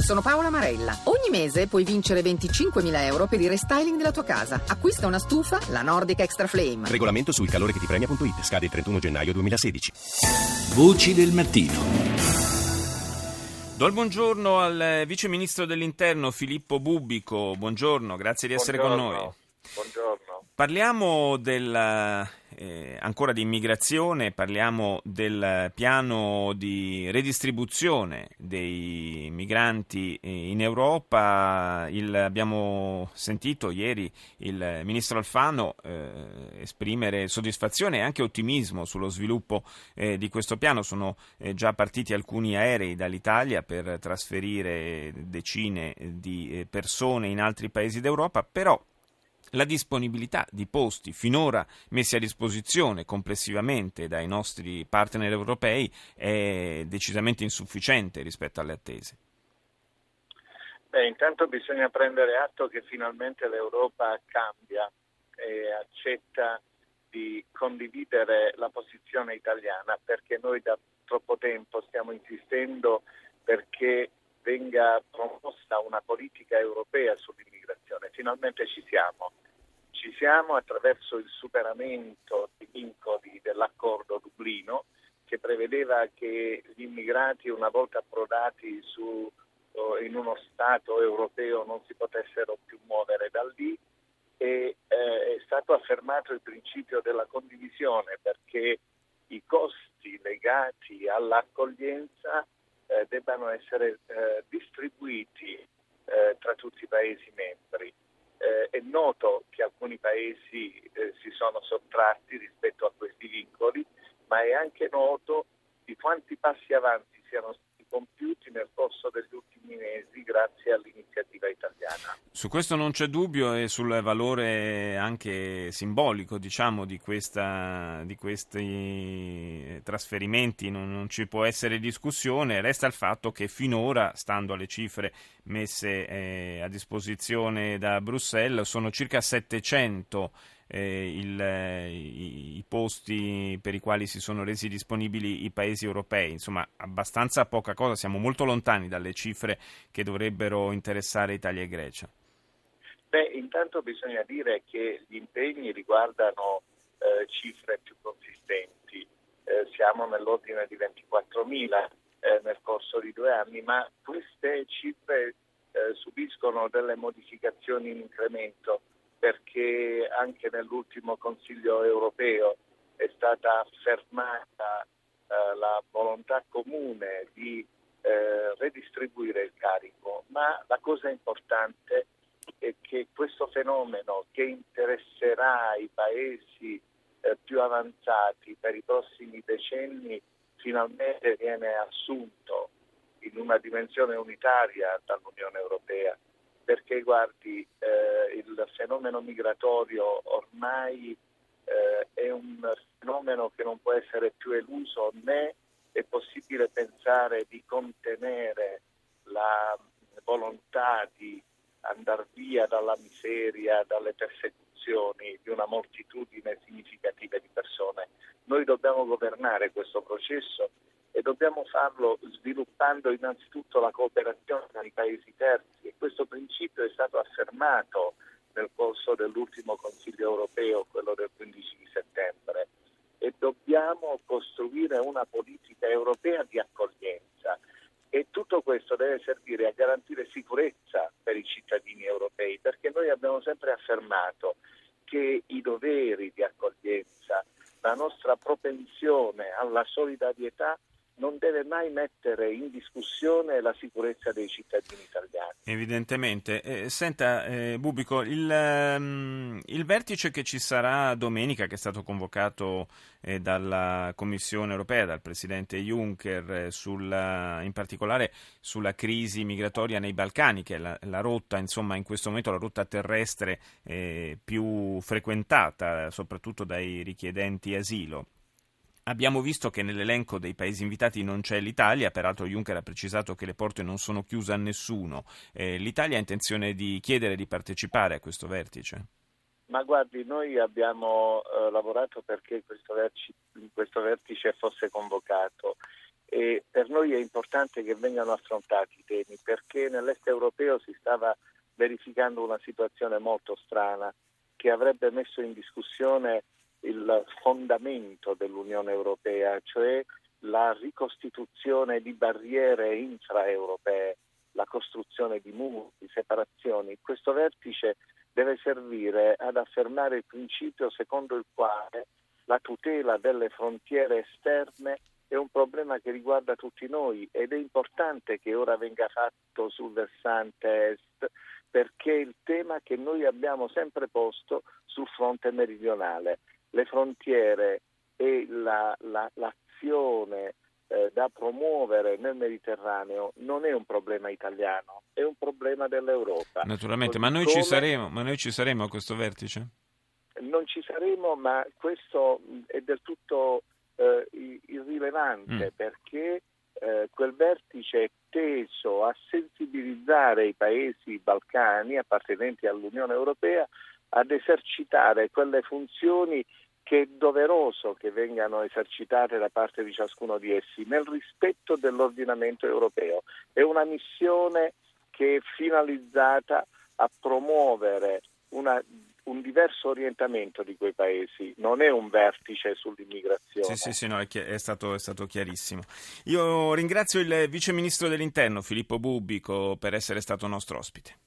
sono Paola Marella. Ogni mese puoi vincere 25.000 euro per il restyling della tua casa. Acquista una stufa, la Nordic Extra Flame. Regolamento sul calore che ti premia.it. Scade il 31 gennaio 2016. Voci del mattino. Do il buongiorno al Vice Ministro dell'Interno Filippo Bubbico. Buongiorno, grazie di essere con noi. Buongiorno. Parliamo ancora di immigrazione, parliamo del piano di redistribuzione dei migranti in Europa. Abbiamo sentito ieri il Ministro Alfano esprimere soddisfazione e anche ottimismo sullo sviluppo di questo piano. Sono già partiti alcuni aerei dall'Italia per trasferire decine di persone in altri paesi d'Europa, però la disponibilità di posti finora messi a disposizione complessivamente dai nostri partner europei è decisamente insufficiente rispetto alle attese. Intanto bisogna prendere atto che finalmente l'Europa cambia e accetta di condividere la posizione italiana, perché noi da troppo tempo stiamo insistendo perché venga promossa una politica europea sull'immigrazione. Finalmente ci siamo attraverso il superamento dei vincoli dell'accordo Dublino, che prevedeva che gli immigrati, una volta approdati in uno Stato europeo, non si potessero più muovere da lì, e è stato affermato il principio della condivisione, perché i costi legati all'accoglienza debbano essere distribuiti tra tutti i Paesi membri. È noto che alcuni Paesi si sono sottratti rispetto a questi vincoli, ma è anche noto di quanti passi avanti siano stati compiuti nel corso degli ultimi mesi grazie all'iniziativa italiana. Su questo non c'è dubbio, e sul valore anche simbolico, diciamo, di questi trasferimenti non ci può essere discussione. Resta il fatto che finora, stando alle cifre messe a disposizione da Bruxelles, sono circa 700 i posti per i quali si sono resi disponibili i paesi europei. Insomma, abbastanza poca cosa, siamo molto lontani dalle cifre che dovrebbero interessare Italia e Grecia. Intanto bisogna dire che gli impegni riguardano cifre più consistenti. Siamo nell'ordine di 24.000 nel corso di 2 anni, ma queste cifre subiscono delle modificazioni in incremento, perché anche nell'ultimo Consiglio europeo è stata affermata la volontà comune di redistribuire il carico, ma la cosa importante è che questo fenomeno, che interesserà i Paesi più avanzati per i prossimi decenni, finalmente viene assunto in una dimensione unitaria dall'Unione Europea. Perché guardi, il fenomeno migratorio ormai è un fenomeno che non può essere più eluso, né è possibile pensare di contenere la volontà di andar via dalla miseria, dalle persecuzioni di una moltitudine significativa di persone. Noi dobbiamo governare questo processo e dobbiamo farlo sviluppando innanzitutto la cooperazione tra i Paesi terzi, e questo principio è stato affermato nel corso dell'ultimo Consiglio europeo, quello del 15 di settembre, e dobbiamo costruire una politica europea di accoglienza, e tutto questo deve servire a garantire sicurezza per i cittadini europei, perché noi abbiamo sempre affermato che i doveri di accoglienza, la nostra propensione alla solidarietà non deve mai mettere in discussione la sicurezza dei cittadini italiani. Evidentemente. Senta, Bubbico, il vertice che ci sarà domenica, che è stato convocato dalla Commissione europea, dal Presidente Juncker, in particolare sulla crisi migratoria nei Balcani, che è la rotta, insomma, in questo momento la rotta terrestre più frequentata, soprattutto dai richiedenti asilo. Abbiamo visto che nell'elenco dei paesi invitati non c'è l'Italia, peraltro Juncker ha precisato che le porte non sono chiuse a nessuno. L'Italia ha intenzione di chiedere di partecipare a questo vertice? Ma guardi, noi abbiamo lavorato perché questo vertice fosse convocato, e per noi è importante che vengano affrontati i temi, perché nell'est europeo si stava verificando una situazione molto strana che avrebbe messo in discussione il fondamento dell'Unione Europea, cioè la ricostituzione di barriere intraeuropee, la costruzione di muri, di separazioni. Questo vertice deve servire ad affermare il principio secondo il quale la tutela delle frontiere esterne è un problema che riguarda tutti noi ed è importante che ora venga fatto sul versante est, perché è il tema che noi abbiamo sempre posto sul fronte meridionale. Le frontiere e l'azione da promuovere nel Mediterraneo non è un problema italiano, è un problema dell'Europa. Naturalmente, ma noi ci saremo a questo vertice? Non ci saremo, ma questo è del tutto irrilevante, perché quel vertice è teso a sensibilizzare i paesi balcani appartenenti all'Unione Europea ad esercitare quelle funzioni che è doveroso che vengano esercitate da parte di ciascuno di essi nel rispetto dell'ordinamento europeo. È una missione che è finalizzata a promuovere un diverso orientamento di quei paesi, non è un vertice sull'immigrazione. Sì, no, è stato chiarissimo. Io ringrazio il Vice Ministro dell'Interno Filippo Bubbico per essere stato nostro ospite.